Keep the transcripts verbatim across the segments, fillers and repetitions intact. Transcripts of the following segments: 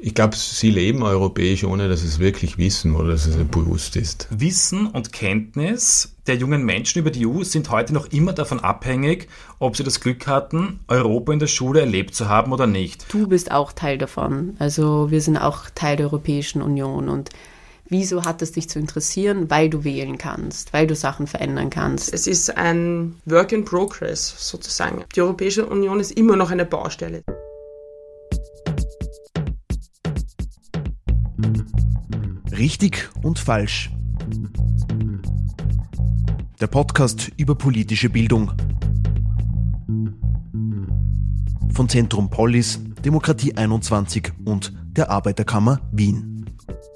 Ich glaube, sie leben europäisch, ohne dass sie es wirklich wissen oder dass es ihnen bewusst ist. Wissen und Kenntnis der jungen Menschen über die E U sind heute noch immer davon abhängig, ob sie das Glück hatten, Europa in der Schule erlebt zu haben oder nicht. Du bist auch Teil davon. Also wir sind auch Teil der Europäischen Union. Und wieso hat es dich zu interessieren? Weil du wählen kannst, weil du Sachen verändern kannst. Es ist ein Work in Progress sozusagen. Die Europäische Union ist immer noch eine Baustelle. Richtig und falsch. Der Podcast über politische Bildung. Von Zentrum Polis, Demokratie einundzwanzig und der Arbeiterkammer Wien.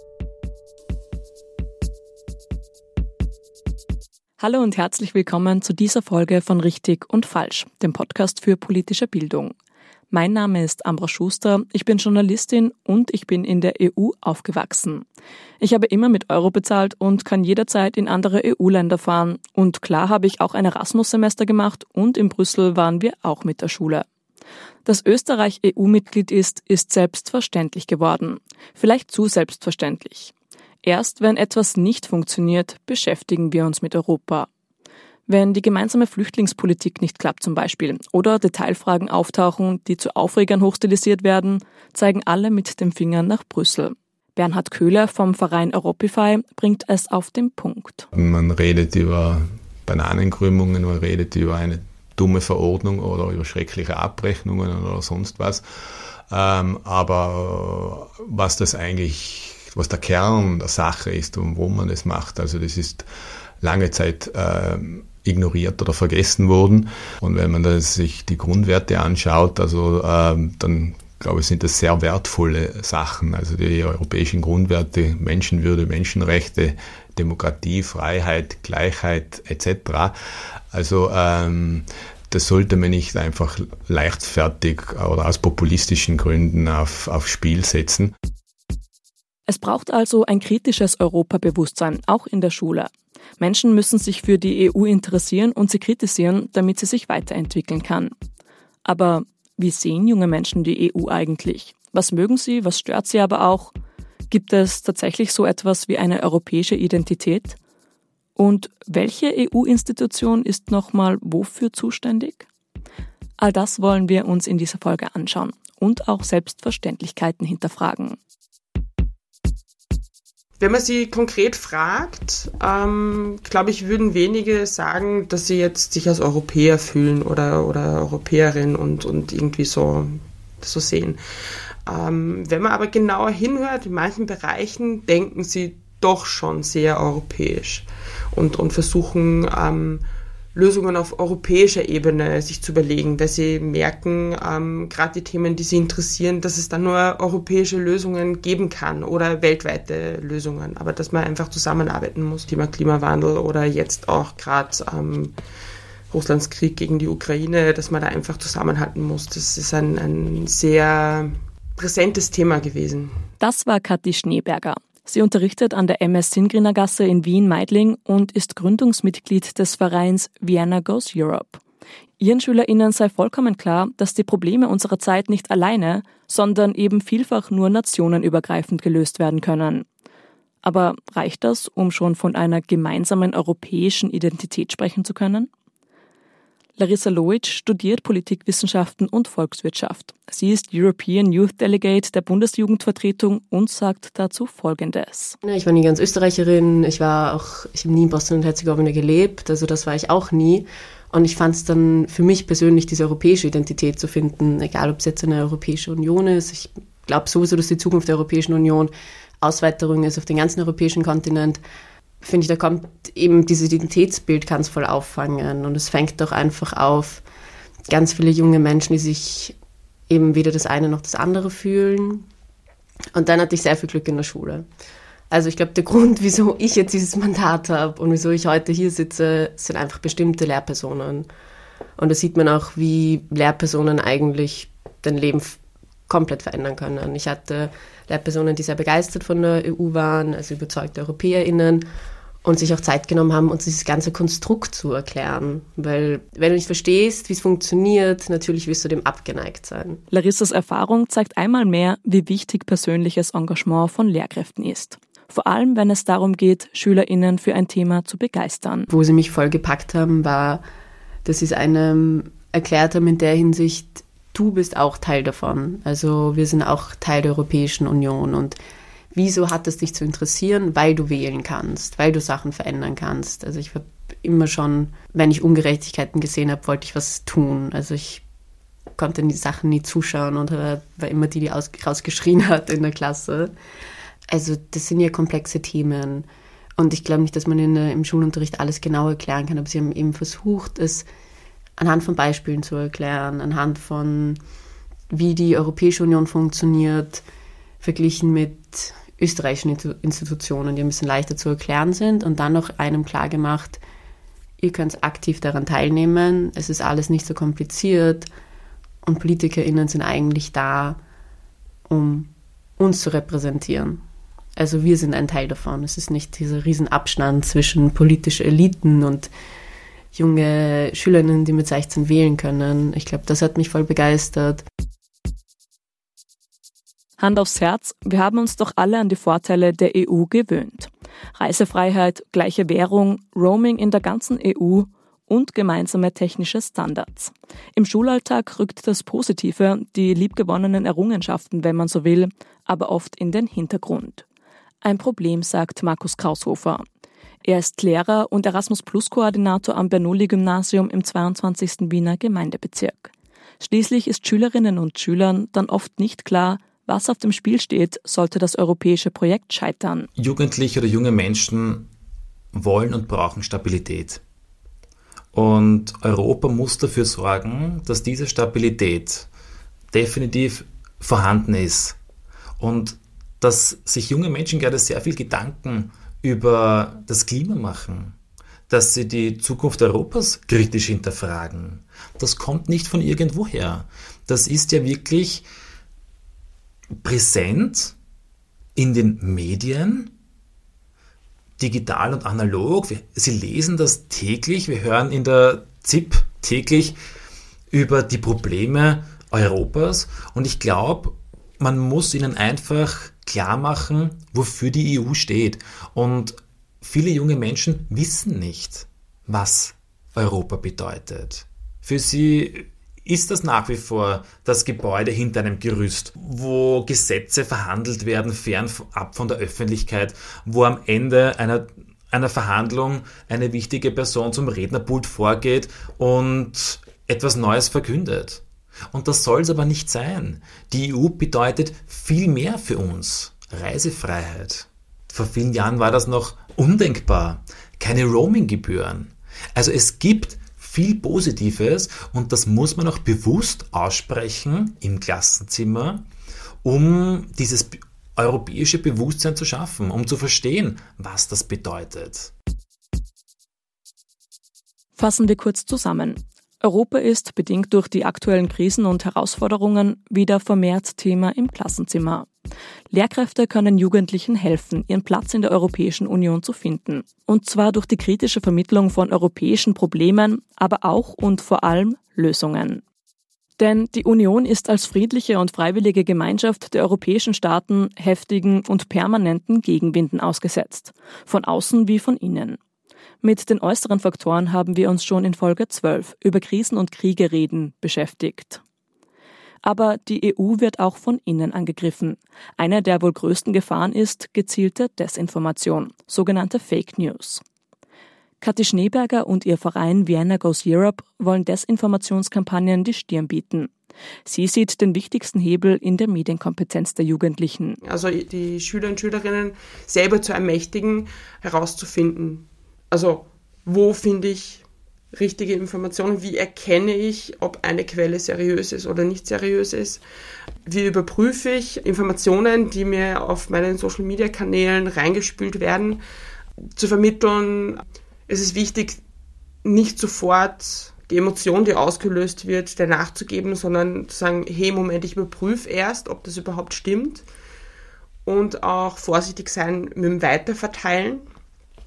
Hallo und herzlich willkommen zu dieser Folge von Richtig und Falsch, dem Podcast für politische Bildung. Mein Name ist Ambra Schuster, ich bin Journalistin und ich bin in der E U aufgewachsen. Ich habe immer mit Euro bezahlt und kann jederzeit in andere E U-Länder fahren. Und klar habe ich auch ein Erasmus-Semester gemacht und in Brüssel waren wir auch mit der Schule. Dass Österreich E U-Mitglied ist, ist selbstverständlich geworden. Vielleicht zu selbstverständlich. Erst wenn etwas nicht funktioniert, beschäftigen wir uns mit Europa. Wenn die gemeinsame Flüchtlingspolitik nicht klappt zum Beispiel oder Detailfragen auftauchen, die zu Aufregern hochstilisiert werden, zeigen alle mit dem Finger nach Brüssel. Bernhard Köhler vom Verein Europify bringt es auf den Punkt. Man redet über Bananenkrümmungen, man redet über eine dumme Verordnung oder über schreckliche Abrechnungen oder sonst was. Ähm, aber was das eigentlich, was der Kern der Sache ist und wo man es macht, also das ist lange Zeit ähm, ignoriert oder vergessen worden. Und wenn man das sich die Grundwerte anschaut, also ähm, dann glaube ich, sind das sehr wertvolle Sachen. Also die europäischen Grundwerte, Menschenwürde, Menschenrechte, Demokratie, Freiheit, Gleichheit et cetera. Also ähm, das sollte man nicht einfach leichtfertig oder aus populistischen Gründen auf, aufs Spiel setzen. Es braucht also ein kritisches Europabewusstsein, auch in der Schule. Menschen müssen sich für die E U interessieren und sie kritisieren, damit sie sich weiterentwickeln kann. Aber wie sehen junge Menschen die E U eigentlich? Was mögen sie, was stört sie aber auch? Gibt es tatsächlich so etwas wie eine europäische Identität? Und welche E U-Institution ist nochmal wofür zuständig? All das wollen wir uns in dieser Folge anschauen und auch Selbstverständlichkeiten hinterfragen. Wenn man sie konkret fragt, ähm, glaube ich, würden wenige sagen, dass sie jetzt sich als Europäer fühlen oder, oder Europäerin und, und irgendwie so, so sehen. Ähm, wenn man aber genauer hinhört, in manchen Bereichen denken sie doch schon sehr europäisch und, und versuchen, ähm, Lösungen auf europäischer Ebene sich zu überlegen, weil sie merken, ähm, gerade die Themen, die sie interessieren, dass es dann nur europäische Lösungen geben kann oder weltweite Lösungen, aber dass man einfach zusammenarbeiten muss. Thema Klimawandel oder jetzt auch gerade ähm, Russlands Krieg gegen die Ukraine, dass man da einfach zusammenhalten muss. Das ist ein, ein sehr präsentes Thema gewesen. Das war Kathi Schneeberger. Sie unterrichtet an der M S Singrinergasse in Wien-Meidling und ist Gründungsmitglied des Vereins Vienna Goes Europe. Ihren SchülerInnen sei vollkommen klar, dass die Probleme unserer Zeit nicht alleine, sondern eben vielfach nur nationenübergreifend gelöst werden können. Aber reicht das, um schon von einer gemeinsamen europäischen Identität sprechen zu können? Larissa Loic studiert Politikwissenschaften und Volkswirtschaft. Sie ist European Youth Delegate der Bundesjugendvertretung und sagt dazu Folgendes. Ich war nie ganz Österreicherin, ich war auch, ich habe nie in Bosnien und Herzegowina gelebt, also das war ich auch nie. Und ich fand es dann für mich persönlich, diese europäische Identität zu finden, egal ob es jetzt eine Europäische Union ist. Ich glaube sowieso, dass die Zukunft der Europäischen Union Ausweiterung ist auf den ganzen europäischen Kontinent. Finde ich, da kommt eben dieses Identitätsbild ganz voll auffangen und es fängt doch einfach auf ganz viele junge Menschen, die sich eben weder das eine noch das andere fühlen. Und dann hatte ich sehr viel Glück in der Schule. Also ich glaube, der Grund, wieso ich jetzt dieses Mandat habe und wieso ich heute hier sitze, sind einfach bestimmte Lehrpersonen. Und da sieht man auch, wie Lehrpersonen eigentlich dein Leben komplett verändern können. Ich hatte Lehrpersonen, die sehr begeistert von der E U waren, also überzeugte EuropäerInnen. und sich auch Zeit genommen haben, uns dieses ganze Konstrukt zu erklären. Weil wenn du nicht verstehst, wie es funktioniert, natürlich wirst du dem abgeneigt sein. Larissas Erfahrung zeigt einmal mehr, wie wichtig persönliches Engagement von Lehrkräften ist. Vor allem, wenn es darum geht, SchülerInnen für ein Thema zu begeistern. Wo sie mich voll gepackt haben, war, dass sie es einem erklärt haben in der Hinsicht, du bist auch Teil davon. Also wir sind auch Teil der Europäischen Union und wieso hat es dich zu interessieren? Weil du wählen kannst, weil du Sachen verändern kannst. Also ich habe immer schon, wenn ich Ungerechtigkeiten gesehen habe, wollte ich was tun. Also ich konnte in die Sachen nie zuschauen und war immer die, die aus, rausgeschrien hat in der Klasse. Also das sind ja komplexe Themen. Und ich glaube nicht, dass man in der, im Schulunterricht alles genau erklären kann, aber sie haben eben versucht, es anhand von Beispielen zu erklären, anhand von, wie die Europäische Union funktioniert, verglichen mit österreichischen Institutionen, die ein bisschen leichter zu erklären sind und dann noch einem klargemacht, ihr könnt aktiv daran teilnehmen, es ist alles nicht so kompliziert und PolitikerInnen sind eigentlich da, um uns zu repräsentieren. Also wir sind ein Teil davon. Es ist nicht dieser Riesenabstand zwischen politischen Eliten und junge Schülerinnen, die mit sechzehn wählen können. Ich glaube, das hat mich voll begeistert. Hand aufs Herz, wir haben uns doch alle an die Vorteile der E U gewöhnt. Reisefreiheit, gleiche Währung, Roaming in der ganzen E U und gemeinsame technische Standards. Im Schulalltag rückt das Positive, die liebgewonnenen Errungenschaften, wenn man so will, aber oft in den Hintergrund. Ein Problem, sagt Markus Kraushofer. Er ist Lehrer und Erasmus-Plus-Koordinator am Bernoulli-Gymnasium im zweiundzwanzigsten Wiener Gemeindebezirk. Schließlich ist Schülerinnen und Schülern dann oft nicht klar, was auf dem Spiel steht, sollte das europäische Projekt scheitern. Jugendliche oder junge Menschen wollen und brauchen Stabilität. Und Europa muss dafür sorgen, dass diese Stabilität definitiv vorhanden ist. Und dass sich junge Menschen gerade sehr viel Gedanken über das Klima machen, dass sie die Zukunft Europas kritisch hinterfragen. Das kommt nicht von irgendwoher. Das ist ja wirklich präsent in den Medien, digital und analog. Sie lesen das täglich. Wir hören in der Z I P täglich über die Probleme Europas. Und ich glaube, man muss ihnen einfach klar machen, wofür die E U steht. Und viele junge Menschen wissen nicht, was Europa bedeutet. Für sie ist das nach wie vor das Gebäude hinter einem Gerüst, wo Gesetze verhandelt werden, fernab von der Öffentlichkeit, wo am Ende einer, einer Verhandlung eine wichtige Person zum Rednerpult vorgeht und etwas Neues verkündet. Und das soll es aber nicht sein. Die E U bedeutet viel mehr für uns. Reisefreiheit. Vor vielen Jahren war das noch undenkbar. Keine Roaming-Gebühren. Also es gibt viel Positives und das muss man auch bewusst aussprechen im Klassenzimmer, um dieses europäische Bewusstsein zu schaffen, um zu verstehen, was das bedeutet. Fassen wir kurz zusammen. Europa ist, bedingt durch die aktuellen Krisen und Herausforderungen, wieder vermehrt Thema im Klassenzimmer. Lehrkräfte können Jugendlichen helfen, ihren Platz in der Europäischen Union zu finden. Und zwar durch die kritische Vermittlung von europäischen Problemen, aber auch und vor allem Lösungen. Denn die Union ist als friedliche und freiwillige Gemeinschaft der europäischen Staaten heftigen und permanenten Gegenwinden ausgesetzt. Von außen wie von innen. Mit den äußeren Faktoren haben wir uns schon in Folge zwölf über Krisen und Kriege reden beschäftigt. Aber die E U wird auch von innen angegriffen. Eine der wohl größten Gefahren ist gezielte Desinformation, sogenannte Fake News. Kathi Schneeberger und ihr Verein Vienna Goes Europe wollen Desinformationskampagnen die Stirn bieten. Sie sieht den wichtigsten Hebel in der Medienkompetenz der Jugendlichen. Also die Schüler und Schülerinnen selber zu ermächtigen, herauszufinden. Also wo finde ich richtige Informationen? Wie erkenne ich, ob eine Quelle seriös ist oder nicht seriös ist? Wie überprüfe ich Informationen, die mir auf meinen Social-Media-Kanälen reingespült werden, zu vermitteln? Es ist wichtig, nicht sofort die Emotion, die ausgelöst wird, der nachzugeben, sondern zu sagen, hey, Moment, ich überprüfe erst, ob das überhaupt stimmt. Und auch vorsichtig sein mit dem Weiterverteilen.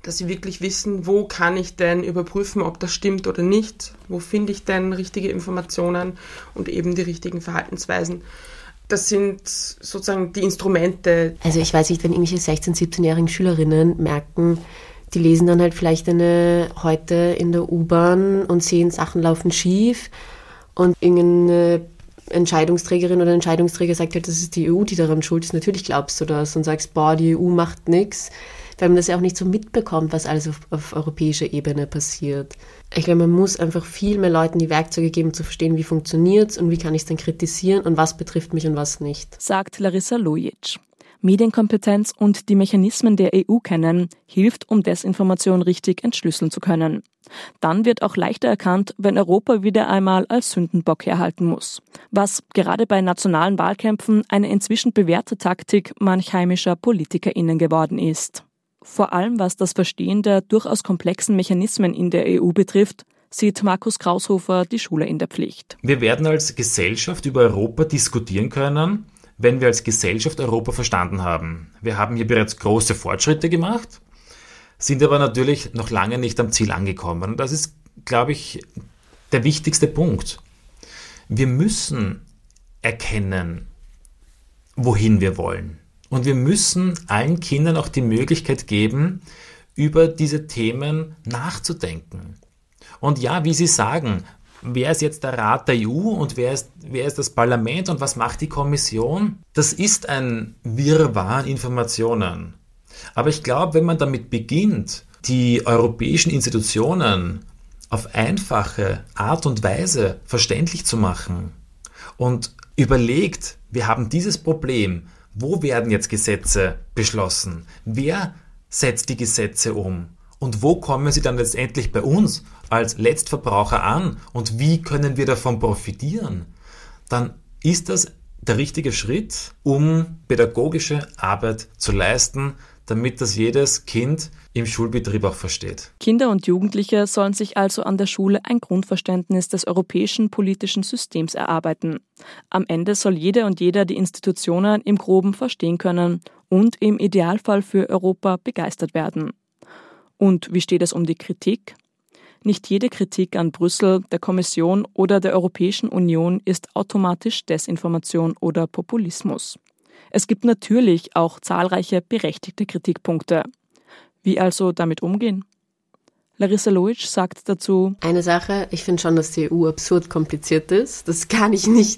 dass sie wirklich wissen, wo kann ich denn überprüfen, ob das stimmt oder nicht, wo finde ich denn richtige Informationen und eben die richtigen Verhaltensweisen. Das sind sozusagen die Instrumente. Also ich weiß nicht, wenn irgendwelche sechzehn-, siebzehnjährigen Schülerinnen merken, die lesen dann halt vielleicht eine heute in der U-Bahn und sehen, Sachen laufen schief und irgendeine Entscheidungsträgerin oder Entscheidungsträger sagt halt, das ist die E U, die daran schuld ist. Natürlich glaubst du das und sagst, boah, die E U macht nichts, weil man das ja auch nicht so mitbekommt, was alles auf, auf europäischer Ebene passiert. Ich glaube, man muss einfach viel mehr Leuten die Werkzeuge geben, zu verstehen, wie funktioniert es und wie kann ich es dann kritisieren und was betrifft mich und was nicht. Sagt Larissa Lojic. Medienkompetenz und die Mechanismen der E U kennen, hilft, um Desinformation richtig entschlüsseln zu können. Dann wird auch leichter erkannt, wenn Europa wieder einmal als Sündenbock herhalten muss. Was gerade bei nationalen Wahlkämpfen eine inzwischen bewährte Taktik manch heimischer PolitikerInnen geworden ist. Vor allem was das Verstehen der durchaus komplexen Mechanismen in der E U betrifft, sieht Markus Kraushofer die Schule in der Pflicht. Wir werden als Gesellschaft über Europa diskutieren können, wenn wir als Gesellschaft Europa verstanden haben. Wir haben hier bereits große Fortschritte gemacht, sind aber natürlich noch lange nicht am Ziel angekommen. Und das ist, glaube ich, der wichtigste Punkt. Wir müssen erkennen, wohin wir wollen. Und wir müssen allen Kindern auch die Möglichkeit geben, über diese Themen nachzudenken. Und ja, wie Sie sagen, wer ist jetzt der Rat der E U und wer ist, wer ist das Parlament und was macht die Kommission? Das ist ein Wirrwarr an Informationen. Aber ich glaube, wenn man damit beginnt, die europäischen Institutionen auf einfache Art und Weise verständlich zu machen und überlegt, wir haben dieses Problem, wo werden jetzt Gesetze beschlossen? Wer setzt die Gesetze um? Und wo kommen sie dann letztendlich bei uns als Letztverbraucher an? Und wie können wir davon profitieren? Dann ist das der richtige Schritt, um pädagogische Arbeit zu leisten, damit das jedes Kind im Schulbetrieb auch versteht. Kinder und Jugendliche sollen sich also an der Schule ein Grundverständnis des europäischen politischen Systems erarbeiten. Am Ende soll jede und jeder die Institutionen im Groben verstehen können und im Idealfall für Europa begeistert werden. Und wie steht es um die Kritik? Nicht jede Kritik an Brüssel, der Kommission oder der Europäischen Union ist automatisch Desinformation oder Populismus. Es gibt natürlich auch zahlreiche berechtigte Kritikpunkte. Wie also damit umgehen? Larissa Lojic sagt dazu: Eine Sache, ich finde schon, dass die E U absurd kompliziert ist. Das kann ich nicht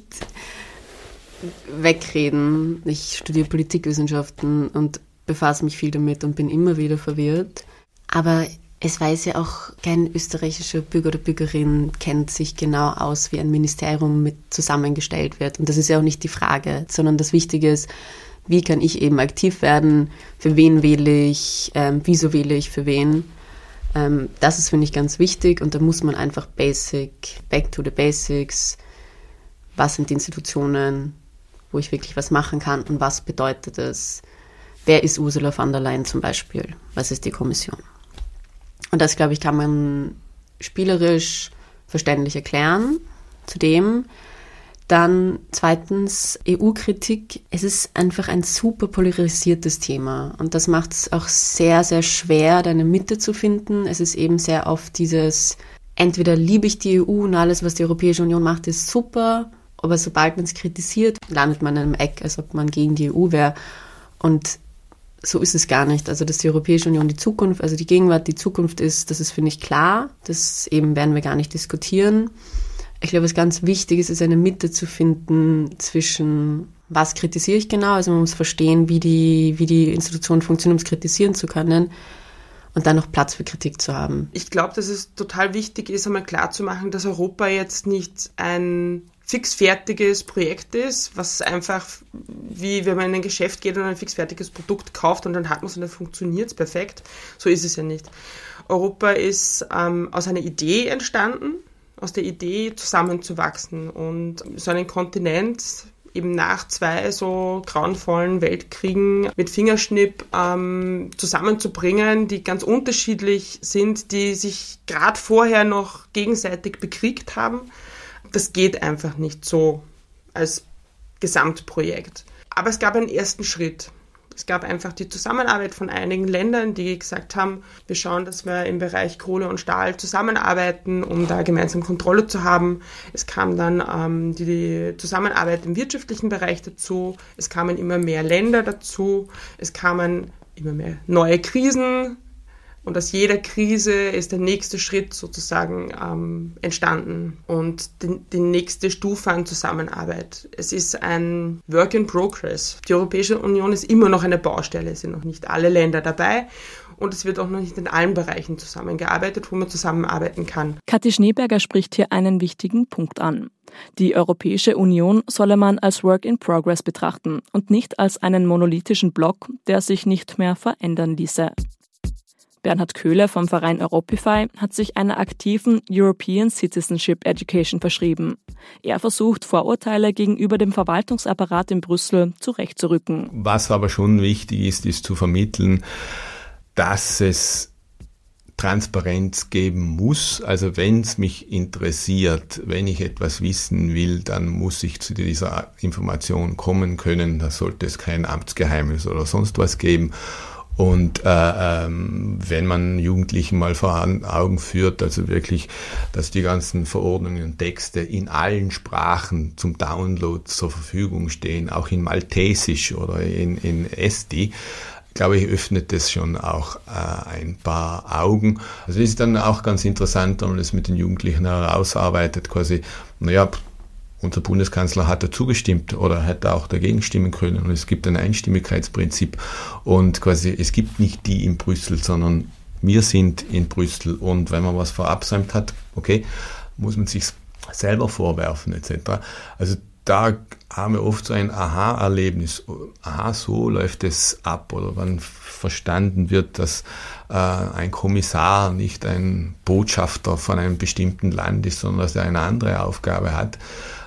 wegreden. Ich studiere Politikwissenschaften und befasse mich viel damit und bin immer wieder verwirrt. Aber es weiß ja auch kein österreichischer Bürger oder Bürgerin kennt sich genau aus, wie ein Ministerium mit zusammengestellt wird. Und das ist ja auch nicht die Frage, sondern das Wichtige ist, wie kann ich eben aktiv werden, für wen wähle ich, ähm, wieso wähle ich für wen. Ähm, das ist, finde ich, ganz wichtig und da muss man einfach basic, back to the basics, was sind die Institutionen, wo ich wirklich was machen kann und was bedeutet es. Wer ist Ursula von der Leyen zum Beispiel? Was ist die Kommission? Und das, glaube ich, kann man spielerisch verständlich erklären. Zudem dann zweitens E U-Kritik. Es ist einfach ein super polarisiertes Thema und das macht es auch sehr, sehr schwer, da eine Mitte zu finden. Es ist eben sehr oft dieses, entweder liebe ich die E U und alles, was die Europäische Union macht, ist super, aber sobald man es kritisiert, landet man in einem Eck, als ob man gegen die E U wäre. Und so ist es gar nicht. Also, dass die Europäische Union die Zukunft, also die Gegenwart die Zukunft ist, das ist, finde ich, klar. Das eben werden wir gar nicht diskutieren. Ich glaube, was ganz wichtig ist, ist eine Mitte zu finden zwischen, was kritisiere ich genau, also man muss verstehen, wie die, wie die Institutionen funktionieren, um es kritisieren zu können und dann noch Platz für Kritik zu haben. Ich glaube, dass es total wichtig ist, einmal klarzumachen, dass Europa jetzt nicht ein fixfertiges Projekt ist, was einfach, wie wenn man in ein Geschäft geht und ein fixfertiges Produkt kauft und dann hat man es und dann funktioniert es perfekt. So ist es ja nicht. Europa ist ähm, aus einer Idee entstanden, aus der Idee zusammenzuwachsen und so einen Kontinent eben nach zwei so grauenvollen Weltkriegen mit Fingerschnipp ähm, zusammenzubringen, die ganz unterschiedlich sind, die sich gerade vorher noch gegenseitig bekriegt haben. Das geht einfach nicht so als Gesamtprojekt. Aber es gab einen ersten Schritt. Es gab einfach die Zusammenarbeit von einigen Ländern, die gesagt haben, wir schauen, dass wir im Bereich Kohle und Stahl zusammenarbeiten, um da gemeinsam Kontrolle zu haben. Es kam dann ähm, die Zusammenarbeit im wirtschaftlichen Bereich dazu. Es kamen immer mehr Länder dazu. Es kamen immer mehr neue Krisen. Und aus jeder Krise ist der nächste Schritt sozusagen ähm, entstanden und die, die nächste Stufe an Zusammenarbeit. Es ist ein Work in Progress. Die Europäische Union ist immer noch eine Baustelle, es sind noch nicht alle Länder dabei und es wird auch noch nicht in allen Bereichen zusammengearbeitet, wo man zusammenarbeiten kann. Kathi Schneeberger spricht hier einen wichtigen Punkt an. Die Europäische Union solle man als Work in Progress betrachten und nicht als einen monolithischen Block, der sich nicht mehr verändern ließe. Bernhard Köhler vom Verein Europify hat sich einer aktiven European Citizenship Education verschrieben. Er versucht, Vorurteile gegenüber dem Verwaltungsapparat in Brüssel zurechtzurücken. Was aber schon wichtig ist, ist zu vermitteln, dass es Transparenz geben muss. Also wenn es mich interessiert, wenn ich etwas wissen will, dann muss ich zu dieser Information kommen können. Da sollte es kein Amtsgeheimnis oder sonst was geben. Und äh, ähm, wenn man Jugendlichen mal vor Augen führt, also wirklich, dass die ganzen Verordnungen und Texte in allen Sprachen zum Download zur Verfügung stehen, auch in Maltesisch oder in, in Esti, glaube ich, öffnet das schon auch äh, ein paar Augen. Also es ist dann auch ganz interessant, wenn man das mit den Jugendlichen herausarbeitet, quasi, naja, unser Bundeskanzler hat dazu gestimmt oder hätte auch dagegen stimmen können. Und es gibt ein Einstimmigkeitsprinzip. Und quasi, es gibt nicht die in Brüssel, sondern wir sind in Brüssel. Und wenn man was verabsäumt hat, okay, muss man sich selber vorwerfen et cetera. Also da haben wir oft so ein Aha-Erlebnis. Aha, so läuft es ab. Oder wenn verstanden wird, dass äh, ein Kommissar nicht ein Botschafter von einem bestimmten Land ist, sondern dass er eine andere Aufgabe hat,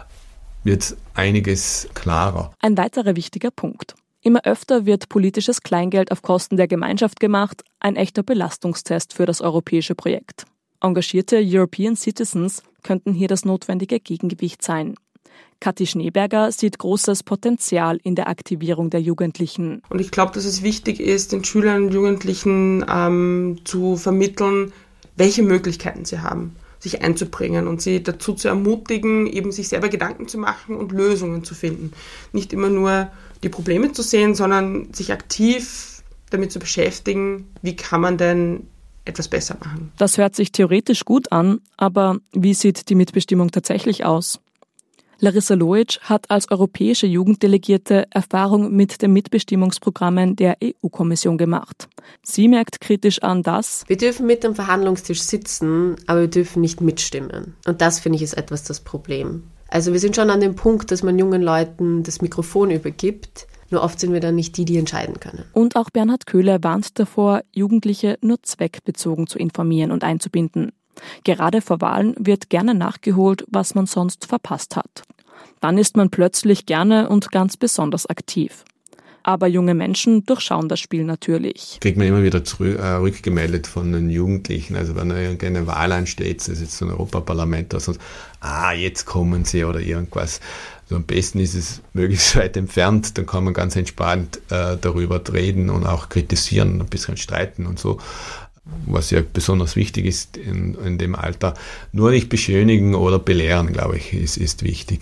wird einiges klarer. Ein weiterer wichtiger Punkt. Immer öfter wird politisches Kleingeld auf Kosten der Gemeinschaft gemacht, ein echter Belastungstest für das europäische Projekt. Engagierte European Citizens könnten hier das notwendige Gegengewicht sein. Kathi Schneeberger sieht großes Potenzial in der Aktivierung der Jugendlichen. Und ich glaube, dass es wichtig ist, den Schülern und Jugendlichen ähm, zu vermitteln, welche Möglichkeiten sie haben, sich einzubringen und sie dazu zu ermutigen, eben sich selber Gedanken zu machen und Lösungen zu finden. Nicht immer nur die Probleme zu sehen, sondern sich aktiv damit zu beschäftigen, wie kann man denn etwas besser machen. Das hört sich theoretisch gut an, aber wie sieht die Mitbestimmung tatsächlich aus? Larissa Lojic hat als europäische Jugenddelegierte Erfahrung mit den Mitbestimmungsprogrammen der E U-Kommission gemacht. Sie merkt kritisch an, dass wir dürfen mit am Verhandlungstisch sitzen, aber wir dürfen nicht mitstimmen. Und das, finde ich, ist etwas das Problem. Also wir sind schon an dem Punkt, dass man jungen Leuten das Mikrofon übergibt, nur oft sind wir dann nicht die, die entscheiden können. Und auch Bernhard Köhler warnt davor, Jugendliche nur zweckbezogen zu informieren und einzubinden. Gerade vor Wahlen wird gerne nachgeholt, was man sonst verpasst hat. Dann ist man plötzlich gerne und ganz besonders aktiv. Aber junge Menschen durchschauen das Spiel natürlich. Kriegt man immer wieder zurück, äh, rückgemeldet von den Jugendlichen. Also wenn irgendeine Wahl ansteht, das ist jetzt so ein Europaparlament oder sonst, ah, jetzt kommen sie oder irgendwas. Also am besten ist es möglichst weit entfernt, dann kann man ganz entspannt äh, darüber reden und auch kritisieren, ein bisschen streiten und so. Was ja besonders wichtig ist in, in dem Alter. Nur nicht beschönigen oder belehren, glaube ich, ist, ist wichtig.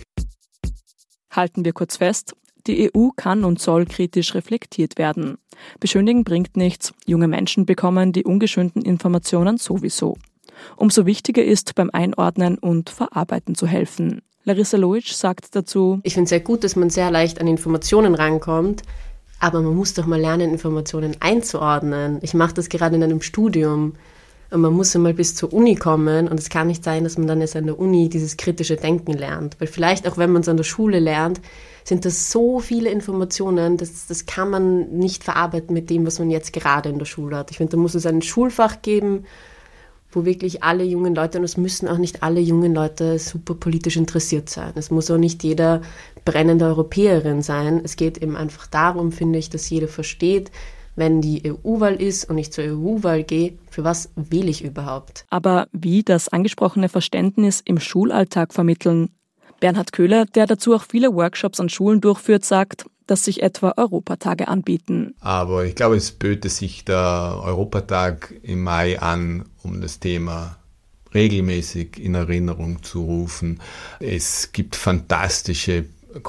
Halten wir kurz fest, die E U kann und soll kritisch reflektiert werden. Beschönigen bringt nichts, junge Menschen bekommen die ungeschönten Informationen sowieso. Umso wichtiger ist, beim Einordnen und Verarbeiten zu helfen. Larissa Lojic sagt dazu: Ich finde es sehr gut, dass man sehr leicht an Informationen rankommt, aber man muss doch mal lernen, Informationen einzuordnen. Ich mache das gerade in einem Studium. Und man muss einmal bis zur Uni kommen und es kann nicht sein, dass man dann erst an der Uni dieses kritische Denken lernt. Weil vielleicht auch, wenn man es an der Schule lernt, sind das so viele Informationen, das, das kann man nicht verarbeiten mit dem, was man jetzt gerade in der Schule hat. Ich finde, da muss es ein Schulfach geben, wo wirklich alle jungen Leute, und es müssen auch nicht alle jungen Leute super politisch interessiert sein. Es muss auch nicht jeder brennende Europäerin sein. Es geht eben einfach darum, finde ich, dass jeder versteht, wenn die E U-Wahl ist und ich zur E U-Wahl gehe, für was wähle ich überhaupt? Aber wie das angesprochene Verständnis im Schulalltag vermitteln? Bernhard Köhler, der dazu auch viele Workshops an Schulen durchführt, sagt, dass sich etwa Europatage anbieten. Aber ich glaube, es böte sich der Europatag im Mai an, um das Thema regelmäßig in Erinnerung zu rufen. Es gibt fantastische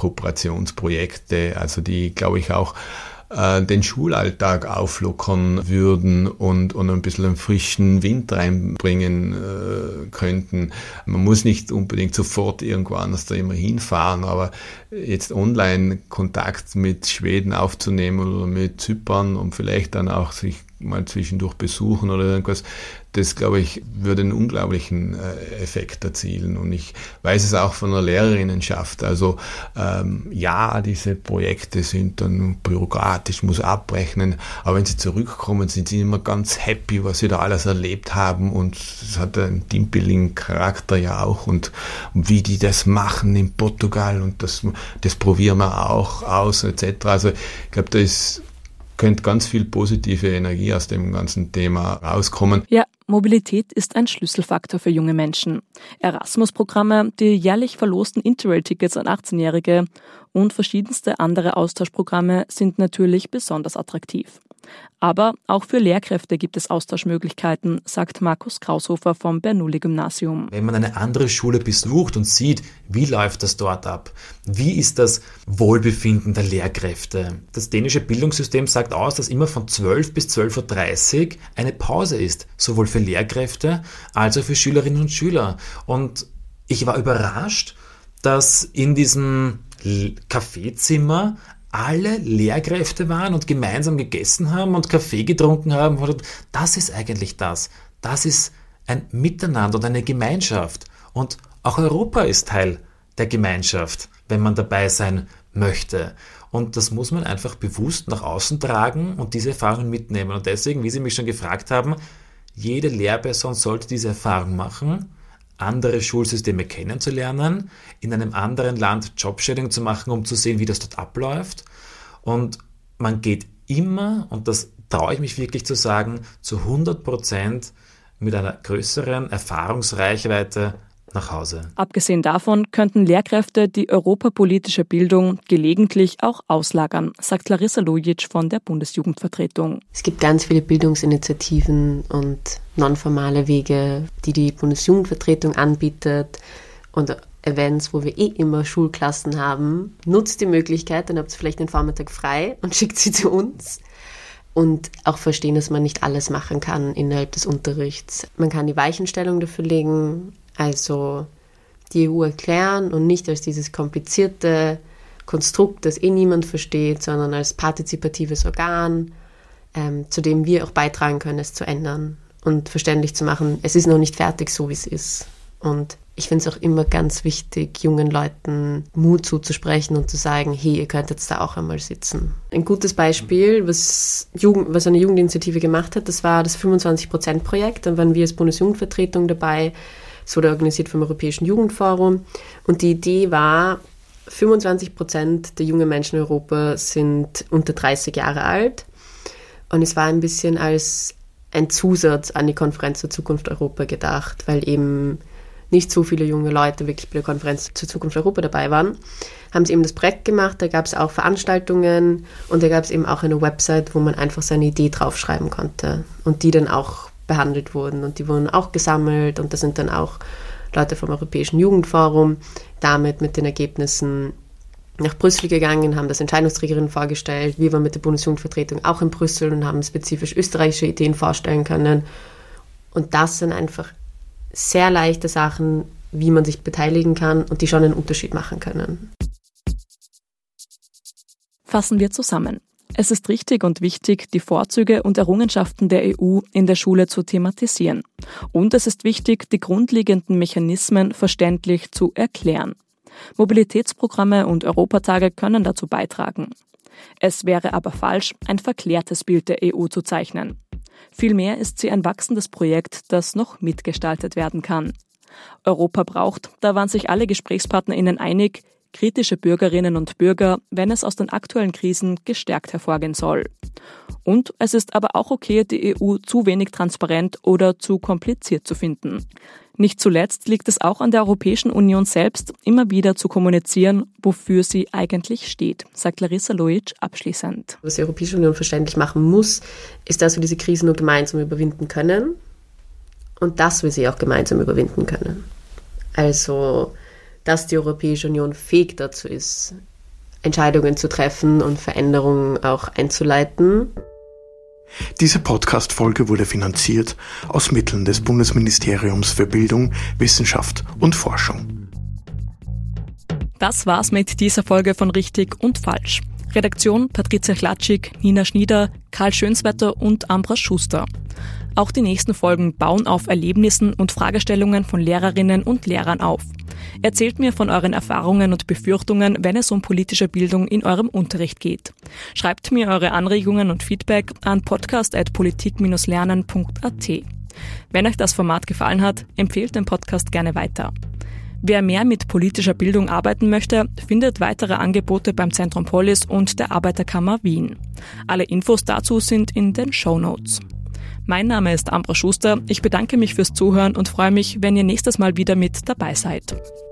Kooperationsprojekte, also die, glaube ich, auch äh, den Schulalltag auflockern würden und, und ein bisschen einen frischen Wind reinbringen äh, könnten. Man muss nicht unbedingt sofort irgendwo anders da immer hinfahren, aber jetzt online Kontakt mit Schweden aufzunehmen oder mit Zypern und vielleicht dann auch sich mal zwischendurch besuchen oder irgendwas, das, glaube ich, würde einen unglaublichen äh, Effekt erzielen. Und ich weiß es auch von der Lehrerinnenschaft. Also ähm, ja, diese Projekte sind dann bürokratisch, muss abrechnen, aber wenn sie zurückkommen, sind sie immer ganz happy, was sie da alles erlebt haben, und es hat einen Teambuilding-Charakter ja auch, und wie die das machen in Portugal, und das, das probieren wir auch aus, et cetera. Also ich glaube, da ist könnte ganz viel positive Energie aus dem ganzen Thema rauskommen. Ja, Mobilität ist ein Schlüsselfaktor für junge Menschen. Erasmus-Programme, die jährlich verlosten Interrail-Tickets an achtzehnjährige und verschiedenste andere Austauschprogramme sind natürlich besonders attraktiv. Aber auch für Lehrkräfte gibt es Austauschmöglichkeiten, sagt Markus Kraushofer vom Bernoulli-Gymnasium. Wenn man eine andere Schule besucht und sieht, wie läuft das dort ab, wie ist das Wohlbefinden der Lehrkräfte. Das dänische Bildungssystem sagt aus, dass immer von zwölf bis zwölf Uhr dreißig eine Pause ist, sowohl für Lehrkräfte als auch für Schülerinnen und Schüler. Und ich war überrascht, dass in diesem Kaffeezimmer alle Lehrkräfte waren und gemeinsam gegessen haben und Kaffee getrunken haben. Das ist eigentlich das. Das ist ein Miteinander und eine Gemeinschaft. Und auch Europa ist Teil der Gemeinschaft, wenn man dabei sein möchte. Und das muss man einfach bewusst nach außen tragen und diese Erfahrungen mitnehmen. Und deswegen, wie Sie mich schon gefragt haben, jede Lehrperson sollte diese Erfahrung machen, andere Schulsysteme kennenzulernen, in einem anderen Land Jobsharing zu machen, um zu sehen, wie das dort abläuft. Und man geht immer, und das traue ich mich wirklich zu sagen, zu hundert Prozent mit einer größeren Erfahrungsreichweite nach Hause. Abgesehen davon könnten Lehrkräfte die europapolitische Bildung gelegentlich auch auslagern, sagt Larissa Lujic von der Bundesjugendvertretung. Es gibt ganz viele Bildungsinitiativen und nonformale Wege, die die Bundesjugendvertretung anbietet, und Events, wo wir eh immer Schulklassen haben. Nutzt die Möglichkeit, dann habt ihr vielleicht den Vormittag frei und schickt sie zu uns. Und auch verstehen, dass man nicht alles machen kann innerhalb des Unterrichts. Man kann die Weichenstellung dafür legen, also die E U erklären und nicht als dieses komplizierte Konstrukt, das eh niemand versteht, sondern als partizipatives Organ, ähm, zu dem wir auch beitragen können, es zu ändern und verständlich zu machen, es ist noch nicht fertig, so wie es ist. Und ich finde es auch immer ganz wichtig, jungen Leuten Mut zuzusprechen und zu sagen, hey, ihr könnt jetzt da auch einmal sitzen. Ein gutes Beispiel, was, Jugend, was eine Jugendinitiative gemacht hat, das war das fünfundzwanzig Prozent Projekt. Da waren wir als Bundesjugendvertretung dabei. Es wurde organisiert vom Europäischen Jugendforum. Und die Idee war, fünfundzwanzig Prozent der jungen Menschen in Europa sind unter dreißig Jahre alt. Und es war ein bisschen als ein Zusatz an die Konferenz zur Zukunft Europa gedacht, weil eben nicht so viele junge Leute wirklich bei der Konferenz zur Zukunft Europa dabei waren, haben sie eben das Projekt gemacht, da gab es auch Veranstaltungen und da gab es eben auch eine Website, wo man einfach seine Idee draufschreiben konnte und die dann auch behandelt wurden und die wurden auch gesammelt und da sind dann auch Leute vom Europäischen Jugendforum damit mit den Ergebnissen nach Brüssel gegangen, haben das Entscheidungsträgerinnen vorgestellt. Wir waren mit der Bundesjugendvertretung auch in Brüssel und haben spezifisch österreichische Ideen vorstellen können. Und das sind einfach sehr leichte Sachen, wie man sich beteiligen kann und die schon einen Unterschied machen können. Fassen wir zusammen. Es ist richtig und wichtig, die Vorzüge und Errungenschaften der E U in der Schule zu thematisieren. Und es ist wichtig, die grundlegenden Mechanismen verständlich zu erklären. Mobilitätsprogramme und Europatage können dazu beitragen. Es wäre aber falsch, ein verklärtes Bild der E U zu zeichnen. Vielmehr ist sie ein wachsendes Projekt, das noch mitgestaltet werden kann. Europa braucht, da waren sich alle GesprächspartnerInnen einig, kritische Bürgerinnen und Bürger, wenn es aus den aktuellen Krisen gestärkt hervorgehen soll. Und es ist aber auch okay, die E U zu wenig transparent oder zu kompliziert zu finden. Nicht zuletzt liegt es auch an der Europäischen Union selbst, immer wieder zu kommunizieren, wofür sie eigentlich steht, sagt Larissa Lojic abschließend. Was die Europäische Union verständlich machen muss, ist, dass wir diese Krise nur gemeinsam überwinden können und dass wir sie auch gemeinsam überwinden können. Also, dass die Europäische Union fähig dazu ist, Entscheidungen zu treffen und Veränderungen auch einzuleiten. Diese Podcast-Folge wurde finanziert aus Mitteln des Bundesministeriums für Bildung, Wissenschaft und Forschung. Das war's mit dieser Folge von Richtig und Falsch. Redaktion Patricia Klatschik, Nina Schnieder, Karl Schönswetter und Ambra Schuster. Auch die nächsten Folgen bauen auf Erlebnissen und Fragestellungen von Lehrerinnen und Lehrern auf. Erzählt mir von euren Erfahrungen und Befürchtungen, wenn es um politische Bildung in eurem Unterricht geht. Schreibt mir eure Anregungen und Feedback an podcast at politik Bindestrich lernen punkt a t. Wenn euch das Format gefallen hat, empfehlt den Podcast gerne weiter. Wer mehr mit politischer Bildung arbeiten möchte, findet weitere Angebote beim Zentrum Polis und der Arbeiterkammer Wien. Alle Infos dazu sind in den Shownotes. Mein Name ist Ambra Schuster. Ich bedanke mich fürs Zuhören und freue mich, wenn ihr nächstes Mal wieder mit dabei seid.